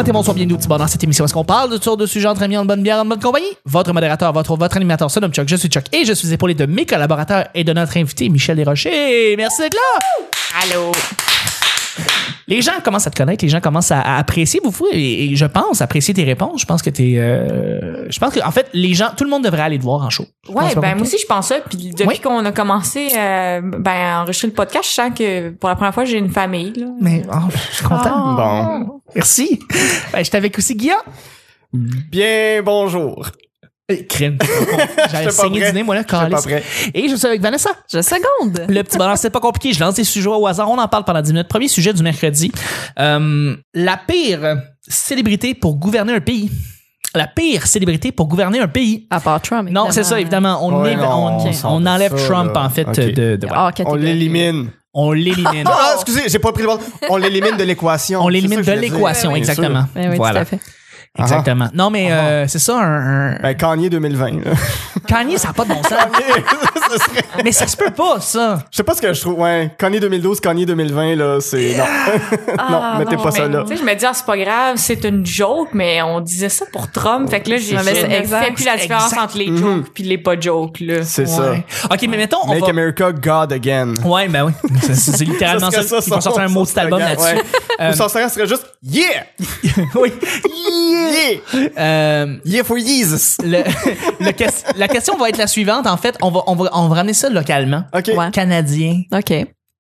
et bonsoir, bienvenue au petit bar dans cette émission. Est-ce qu'on parle de tour de sujets entre amis, en bonne bière, en bonne compagnie? Votre modérateur, votre animateur se nomme Chuck, je suis Chuck et je suis épaulé de mes collaborateurs et de notre invité Michel Desrochers. Merci d'être là! Allô! Les gens commencent à te connaître, les gens commencent à apprécier beaucoup et je pense apprécier tes réponses. Je pense que je pense que en fait les gens, tout le monde devrait aller te voir en show. Ouais, ben moi aussi je pense ça. Puis depuis qu'on a commencé à enregistrer le podcast, je sens que pour la première fois j'ai une famille. Là. Mais je suis content. Bon. Merci. J'étais avec aussi Guillaume. Bien, bonjour. Crime. J'avais J'étais pas saigné prêt. du nez, moi là, J'étais pas calice. prêt. Et je suis avec Vanessa. Je seconde. Le petit bonheur, c'est pas compliqué. Je lance des sujets au hasard. On en parle pendant 10 minutes. Premier sujet du mercredi. La pire célébrité pour gouverner un pays. La pire célébrité pour gouverner un pays. À part Trump. Non, c'est ça, évidemment. On enlève ça, Trump, là. en fait. Ok. Voilà. On l'élimine. On l'élimine. Ah, excusez, j'ai pas pris le bon. On l'élimine de l'équation. On l'élimine C'est ça de que je voulais l'équation, dire. exactement. Oui, tout Voilà. à fait. Exactement. Non, mais c'est ça, Ben, Kanye 2020. Là. Kanye, ça n'a pas de bon sens. Ça serait- Mais ça se peut pas, ça. Je sais pas ce que je trouve. Ouais, Kanye 2012, Kanye 2020, là, c'est. Non. non, mettez pas ça là. Tu sais, je me dis, c'est pas grave, c'est une joke, mais on disait ça pour Trump. Fait que là, je mais c'est ne exact. fais plus la différence Exact. entre les jokes puis les pas jokes, là. C'est ça. Ouais. OK, mais mettons, on Make va... America God Again. Ouais, ben oui. C'est littéralement ça. serait Ils vont sortir un mot de cet album slogan, là-dessus. ouais. Ou son slogan serait juste Yeah! Oui. Yeah! Yeah for Jesus! La question va être la suivante. En fait, on va ramener ça localement. OK. Ouais. Canadien. OK.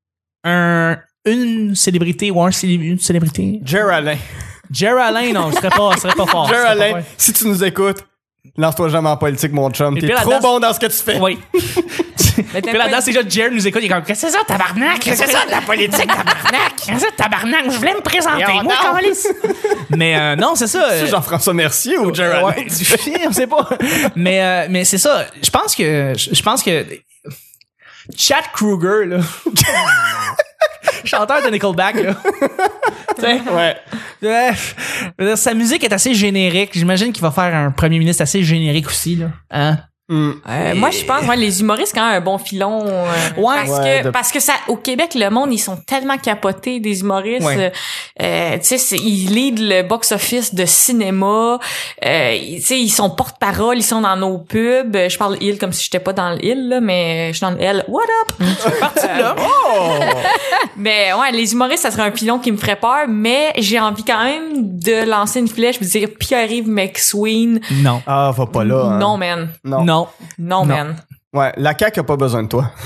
Une célébrité ou une célébrité. Jer Alain. Jer Alain, non, ce serait pas fort. Jer ce serait pas Alain, fort. si tu nous écoutes, lance-toi jamais en politique, mon chum. Et T'es puis trop là-dedans, bon dans ce que tu fais. Oui. Mais Puis là-dedans, c'est déjà Jer nous écoute. Il est comme, qu'est-ce que c'est ça, tabarnak? Qu'est-ce que c'est ça de la politique, tabarnak? Qu'est-ce que c'est, tabarnak? Je voulais me présenter. Et on Moi, danse. câlisse. Mais non, c'est ça. C'est Jean-François Mercier ou Jer Alain? Ouais, on sait pas. Mais c'est ça. Je pense que Chad Kroeger, là. Chanteur de Nickelback, là. T'sais, Ouais. sa musique est assez générique. J'imagine qu'il va faire un premier ministre assez générique aussi, là. Hein? Moi, je pense, les humoristes, quand même, un bon filon. Ouais. Parce que ça, au Québec, le monde, ils sont tellement capotés des humoristes. Ouais. Tu sais, ils lead le box-office de cinéma. Tu sais, ils sont porte-parole, ils sont dans nos pubs. Je parle il comme si j'étais pas dans l'île, là, mais je suis dans le L. What up? Parti là. Oh! Mais ouais, les humoristes, ça serait un filon qui me ferait peur, mais j'ai envie quand même de lancer une flèche, me dire Pierre-Yves McSween. Non. Ah, va pas là. hein. Non, man. Non. Non, man. Ouais, la CAQ a pas besoin de toi.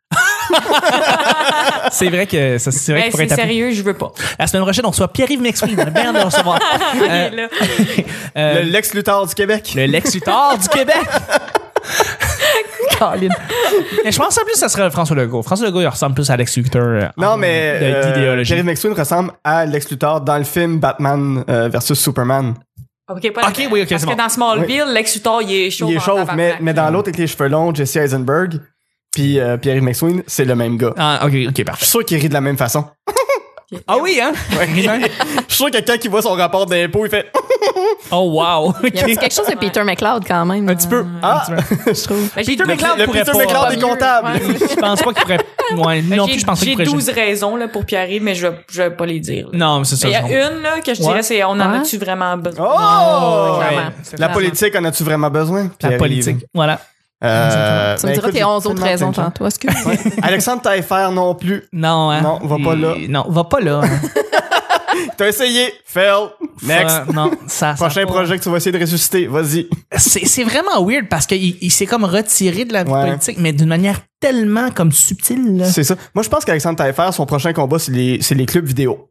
C'est vrai que ça, c'est vrai Hey, qu'il pourrait c'est être appelé. sérieux, je veux pas. La semaine prochaine, on reçoit Pierre-Yves McSween. On a bien hâte de le recevoir. Il est là. Euh, Le Lex Luthor du Québec. le Lex Luthor du Québec. Colin. Mais je pense en plus que ça serait François Legault. François Legault, il ressemble plus à Lex Luthor. Non, mais d'idéologie. Pierre-Yves McSween ressemble à Lex Luthor dans le film Batman versus Superman. OK, pas Ok, oui, ok, Parce c'est que bon. dans Smallville, Lex Luthor, il est chauve. Il est en chauve, tabarnak. mais dans l'autre avec les cheveux longs, Jesse Eisenberg, puis Pierre-Yves McSween, c'est le même gars. Ah, ok, Je parfait. suis sûr qu'il rit de la même façon. Ah oui, hein? Je suis sûr que quand il voit son rapport d'impôt, il fait Oh, wow. Il y a quelque chose de Peter McLeod quand même. Un petit peu. Ah! Je trouve. Ben, j'ai Peter McLeod Le pourrait Peter pas. McLeod est comptable. Je pense pas qu'il pourrait. Ouais, non plus, je pense pas qu'il J'ai pourrait. 12 raisons là, pour Pierre-Yves, mais je vais pas les dire. là. Non, mais c'est ça. Mais il y je a comprends. une là, que je dirais, Ouais. c'est on en Ouais. a-tu vraiment besoin? Oh! clairement. La politique, en as-tu vraiment besoin? La Pierre-Yves? politique. Voilà. Tu me ben, diras écoute, tes 11 autres tellement raisons plein de tantôt. Est-ce que... gens. Alexandre Taillefer non plus. Non, hein. Non, va pas là. Non, va pas là. hein. T'as essayé. Fail. Next. Non, ça. Prochain pas- projet que tu vas essayer de ressusciter. Vas-y. C'est vraiment weird parce qu'il s'est comme retiré de la vie Ouais. politique, mais d'une manière tellement comme subtile. Là. C'est ça. Moi, je pense qu'Alexandre Taillefer, son prochain combat, c'est les clubs vidéo.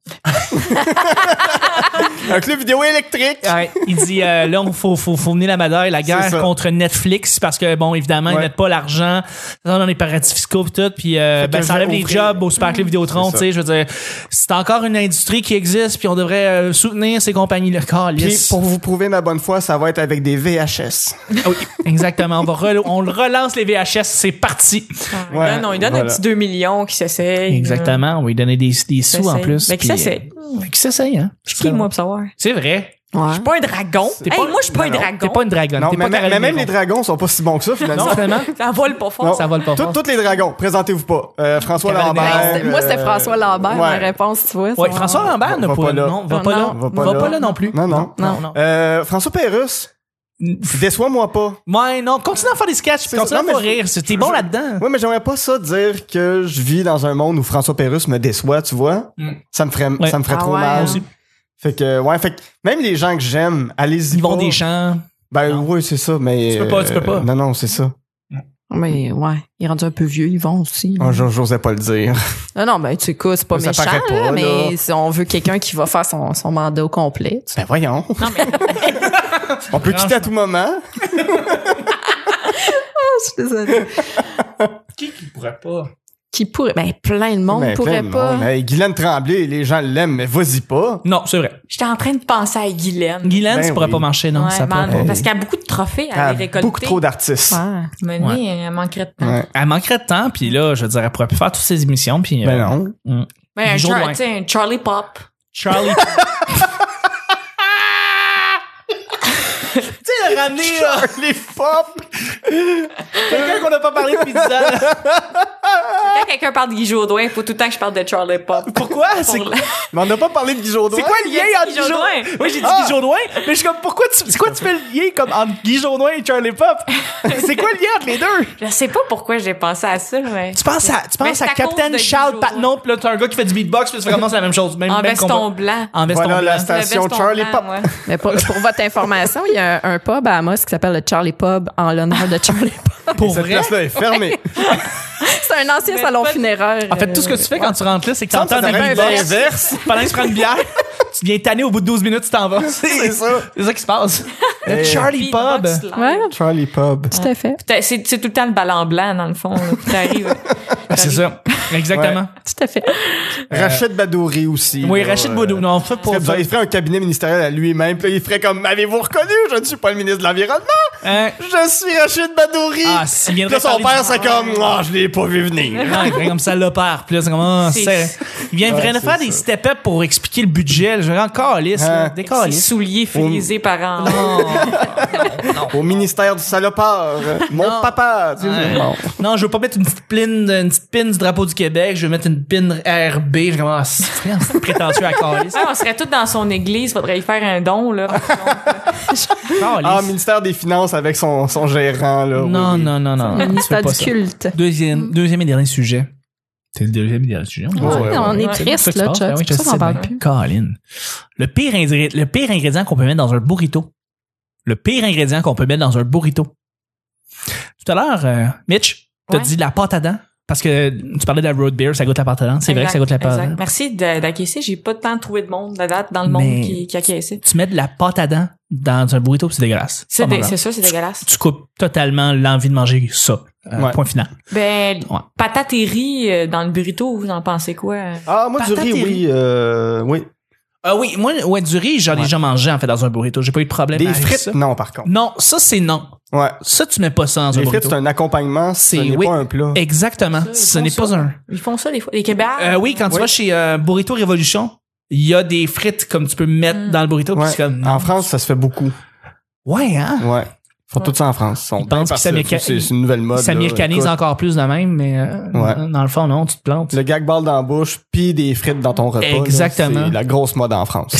Un club vidéo électrique. Ouais, il dit là il faut mener la bataille, la C'est guerre ça. contre Netflix parce que bon évidemment ils Ouais. mettent pas l'argent dans les paradis fiscaux pis tout puis que ça je enlève vais les ouvrir- jobs au Super Club Vidéotron, C'est tu ça. sais, je veux dire c'est encore une industrie qui existe puis on devrait soutenir ces compagnies là. Puis pour vous prouver ma bonne foi, ça va être avec des VHS. Oui, exactement, on le relance les VHS, c'est parti. Ouais, il donne un voilà. petit 2 millions qui s'essaye. Exactement, on va lui donner des sous en plus. Mais qui puis, s'essaye? qui s'essaye hein. Je suis qui, moi, pour savoir? C'est vrai. Je suis pas un dragon. Moi, je suis pas un dragon. T'es pas une dragonne. Non, T'es pas mais Caroline même les Néron. dragons sont pas si bons que ça, finalement. Non, finalement. Ça vole pas fort. Non. Ça vole pas fort. Tous les dragons, présentez-vous pas. François Caroline Lambert. Néron. Moi, c'était François Lambert, ouais. ma réponse, tu vois. Ouais, ça. François Lambert ne Va pourrait pas là. non, va pas là. Non. Va pas là non plus. Non. François Pérusse, déçois-moi pas. Ouais, non, continue à faire des sketchs, continue à Non, mais faire rire. T'es bon là-dedans. Ouais, mais j'aimerais pas ça dire que je vis dans un monde où François Pérusse me déçoit, tu vois. Ça me ferait Ah trop ouais, mal. aussi. Fait que même les gens que j'aime, allez-y Ils vont pas. des champs. Ben oui, c'est ça, mais Tu peux pas. Non, c'est ça. Mais ouais, il est rendu un peu vieux, ils vont aussi. Oh, j'osais pas le dire. Non, ben tu sais quoi, c'est pas Ça méchant, paraît pas, là, mais là. si on veut quelqu'un qui va faire son mandat au complet. tu sais. Ben voyons. Non, mais On peut quitter à tout moment. Je suis désolée. Qui pourrait pas? Qui pourrait, ben plein de monde Mais pourrait plein de pas. monde. Hey, Guylaine Tremblay, les gens l'aiment, mais vas-y pas. Non, c'est vrai. j'étais en train de penser à Guylaine. Guylaine, Ben ça pourrait oui. pas marcher, non. Ouais, Ça man, pourrait pas. parce qu'elle a beaucoup de trophées à Elle les a récolter. beaucoup trop d'artistes. Ouais. Mais elle manquerait de temps. Ouais. Elle manquerait de temps, puis là, je veux dire, elle pourrait plus faire toutes ces émissions, puis... Ben non. Mais un, Jour loin. tu sais, un Charlie Pop. Charlie... Tu sais, le ramener, là, Les pop! quelqu'un qu'on n'a pas parlé depuis 10 ans. Quand quelqu'un parle de Guy Jourdain, il faut tout le temps que je parle de Charlie Pop. Pourquoi? C'est Pour quoi? Mais on n'a pas parlé de Guy Jourdain. C'est quoi le lien entre Guy Guy Jourdain? Jourdain. Oui, j'ai dit Guy Jourdain, mais je suis comme, pourquoi c'est quoi tu fais le lien comme entre Guy Jourdain et Charlie Pop? C'est quoi le lien entre les deux? Je sais pas pourquoi j'ai pensé à ça, mais... Tu penses à c'est à cause Captain de Guy Charles Jourdain. Patnaud, pis là, t'as un gars qui fait du beatbox, pis c'est vraiment la même chose. Même, En même veston combat. blanc. En veston Voilà blanc. la station Le veston Charlie blanc, Pop. ouais. Mais pour votre information, il y a un pub à Amos qui s'appelle le Charlie Pub en l'honneur de Charlie Pop. Pour Cette vrai? place-là est fermée. C'est un ancien Mais salon pas- funéraire. En fait, tout ce que tu fais quand tu rentres là, c'est que Ça me t'entends des semble que ça beatbox. devrait être l'inverse. Pendant que tu prends une bière, tu deviens tanné au bout de 12 minutes, tu t'en vas. C'est ça. C'est ça qui se passe. Le Hey. Charlie Pub. Beatbox live. Ouais, Charlie Pub. tout à fait. C'est tout le temps le ballon blanc, dans le fond. là. T'arrives. C'est ça. Exactement. Tout à fait. Rachid Badouri aussi. Oui, là, Rachid Boudou. Non, fait pour Il ferait un cabinet ministériel à lui-même, puis là, il ferait comme, m'avez-vous reconnu? Je ne suis pas le ministre de l'Environnement. Hein? Je suis Rachid Badouri. Ah, s'il Puis viendrait là, son parler père, du- c'est comme, ah, je l'ai pas vu venir. Non, il ferait comme ça le père. Puis là, c'est comme, ah, C'est- il vient vraiment c'est faire des ça. step-up pour expliquer le budget. Je vais encore lisse, Hein? des Ses calices. souliers frisés par en. Non. Au ministère du salopard. Mon Non. papa. Tu sais, Ouais. bon. Non, je veux pas mettre une petite pin du drapeau du Québec. Je veux mettre une pin RB. Je commence, c'est prétentieux à calice. Ah, on serait tous dans son église, faudrait y faire un don, là. Ah, ministère des Finances avec son gérant, là. Non, oui, oui. non, non, non. Le Tu ministère fais pas du ça. culte. Deuxième et dernier sujet. C'est le deuxième et dernier sujet. Ouais, On est ouais. C'est triste, ça qui se là, passe. Chuck. Ah oui, C'est pour ça je qu'on sais parle bien. plus. Colin. Le pire ingrédient qu'on peut mettre dans un burrito. Le pire ingrédient qu'on peut mettre dans un burrito. Tout à l'heure, Mitch, t'as Ouais. dit la pâte à dents. Parce que tu parlais de la road beer, ça goûte la pâte à dents. C'est vrai que ça goûte la pâte à Exact. dents. Merci d'acquiescer. J'ai pas de temps de trouver de monde, de date dans le monde Mais- qui acquiesçait. Tu mets de la pâte à dents dans un burrito, puis c'est dégueulasse. C'est Pas bon, ça, c'est dégueulasse. tu coupes totalement l'envie de manger ça. Ouais. Point final. Ben, Ouais. patate et riz dans le burrito, vous en pensez quoi? Ah, moi, du Patate riz, et oui. Oui. Ah oui, moi, ouais, du riz, j'en ai déjà mangé, en fait, dans un burrito. J'ai pas eu de problème Des avec frites, ça. non, par contre. Non, ça, c'est non. Ouais. Ça, tu mets pas ça dans un Les frites, burrito. c'est un accompagnement, ce C'est- n'est oui. pas un plat. Exactement. Ils Ce font n'est ça. pas un... Ils font ça des fois. Les kebabs. Oui, quand tu Oui. vas chez Burrito Révolution, il y a des frites comme tu peux mettre dans le burrito. Puis Ouais. c'est comme, En France, ça se fait beaucoup. ouais, hein? Ouais. Ils font tout ça en France. Ils sont Ils pensent bien qu'ils partis là-dessus. C'est une nouvelle mode. Ils s'américanisent là. encore plus de même, mais Ouais. dans le fond, non, tu te plantes. Le gag ball dans la bouche, puis des frites dans ton repas. là, Exactement. C'est la grosse mode en France.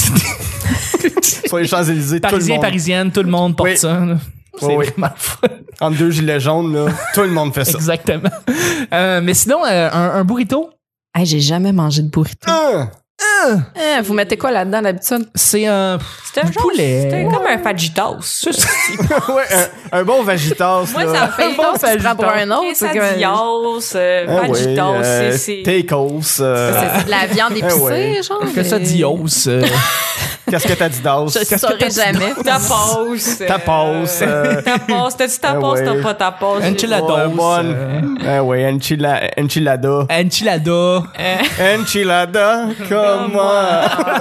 Sur les Champs-Élysées, tout le Parisien, monde. parisienne, tout le monde porte Oui. ça. là. C'est Oui. vraiment le fun. Entre deux gilets jaunes, là, tout le monde fait ça. Exactement. Mais sinon, un burrito, Hey, j'ai jamais mangé de burrito. Vous mettez quoi là-dedans d'habitude? c'est un C'était un du genre, poulet. c'était comme un fajitas. Ouais, un bon vagitas. Moi, là. ça me fait Bon, tu te prends pour un autre. c'est comme- quesadillas, Ah oui, fajitas, c'est... tacos. C'est de la viande épicée, ouais. genre. que ça dios. Qu'est-ce que t'as dit d'os? Je saurais jamais. Tapos. Tapas. Tapas. T'as-tu tapas? ouais. T'as pas tapas? Enchilados. Ouais, enchilada. Enchilada. Enchilada, comme moi.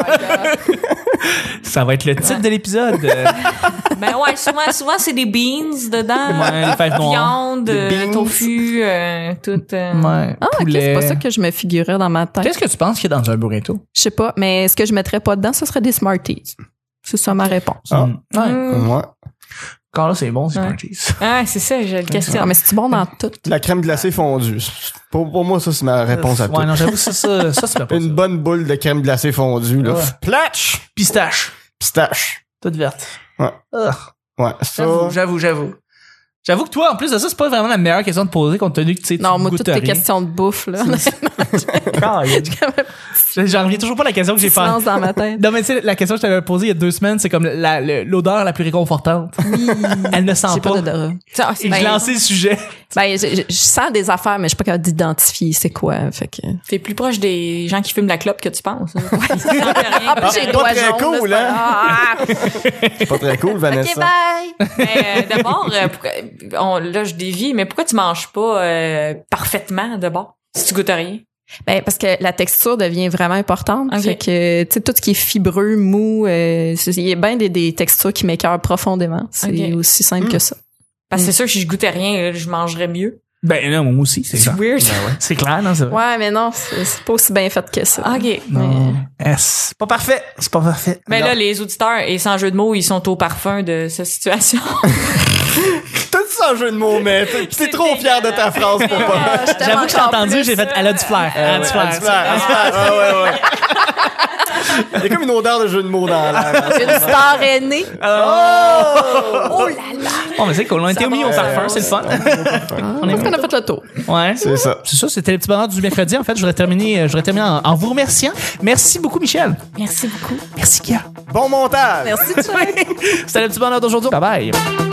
Ça va être le titre de l'épisode. Ben ouais, souvent c'est des beans dedans. Ouais, les fèves noires. Viande, Des beans. tofu, tout. Ouais, Ah, ok, poulet. c'est pas ça que je me figurais dans ma tête. Qu'est-ce que tu penses qu'il y a dans un burrito? Je sais pas, mais ce que je mettrais pas dedans, ce serait des Smarties. C'est ça ma réponse. Ah. Ouais. Ouais. Quand là, c'est bon, c'est Ouais. Smarties. Ah, c'est ça, je le questionne. Ah, mais c'est bon dans tout. La crème glacée fondue. Pour moi, ça, c'est ma réponse à tout. Ouais, non, j'avoue, ça, c'est pas Une bonne boule de crème glacée fondue, là. Ouais. Platch! Pistache. Pistache. Toute verte. Ouais. Ah. Ouais, ça. J'avoue. J'avoue que toi, en plus de ça, c'est pas vraiment la meilleure question de poser compte tenu que tu sais, Non, tu moi, goûtes toutes les rien. questions de bouffe, là. J'en reviens toujours pas à la question que j'ai faite. Silence dans ma tête. Non, mais tu sais, la question que je t'avais posée il y a 2 semaines, c'est comme l'odeur la plus réconfortante. Oui. Elle ne sent J'ai pas. pas d'odorat. Ça, c'est Et je bien. lançais le sujet. Ben, je sens des affaires, mais je suis pas capable d'identifier c'est quoi. Fait que. T'es plus proche des gens qui fument la clope que tu penses. Ils sentent rien. Ah, puis j'ai le pas doigt très jaune, cool, là, hein? c'est pas- C'est pas très cool, Vanessa. OK, bye! Mais d'abord, là, je dévie, mais pourquoi tu manges pas parfaitement d'abord si tu goûtes à rien? Ben, parce que la texture devient vraiment importante. Ok. Fait que, tu sais, tout ce qui est fibreux, mou, il y a bien des textures qui m'écœurent profondément. C'est Ok. aussi simple que ça. Parce que c'est sûr que si je goûtais à rien, je mangerais mieux. Ben non, moi aussi, c'est C'est ça. weird. C'est clair, non, c'est vrai. Ouais, mais non, c'est pas aussi bien fait que ça. OK. Non. C'est pas parfait. C'est pas parfait. Mais Non. là, les auditeurs, et sans jeu de mots, ils sont au parfum de cette situation. T'as dit ça en jeu de mots, mais t'es trop fier de ta phrase pour pas. J'avoue que j'ai entendu, j'ai fait, elle a du flair. Elle a du flair. Ouais. Il y a comme une odeur de jeu de mots dans l'air. Une star aînée. Oh là là! Oh, mais c'est cool. On était mis au parfum, c'est le fun. On est qu'on a fait le tour. Ouais. C'est ça. C'est ça, c'était le petit bonheur du mercredi. En fait, je voudrais terminer en vous remerciant. Merci beaucoup, Michel. Merci beaucoup. Merci, Kia. Bon montage! Merci, Chuck. C'était le petit bonheur d'aujourd'hui. Bye bye.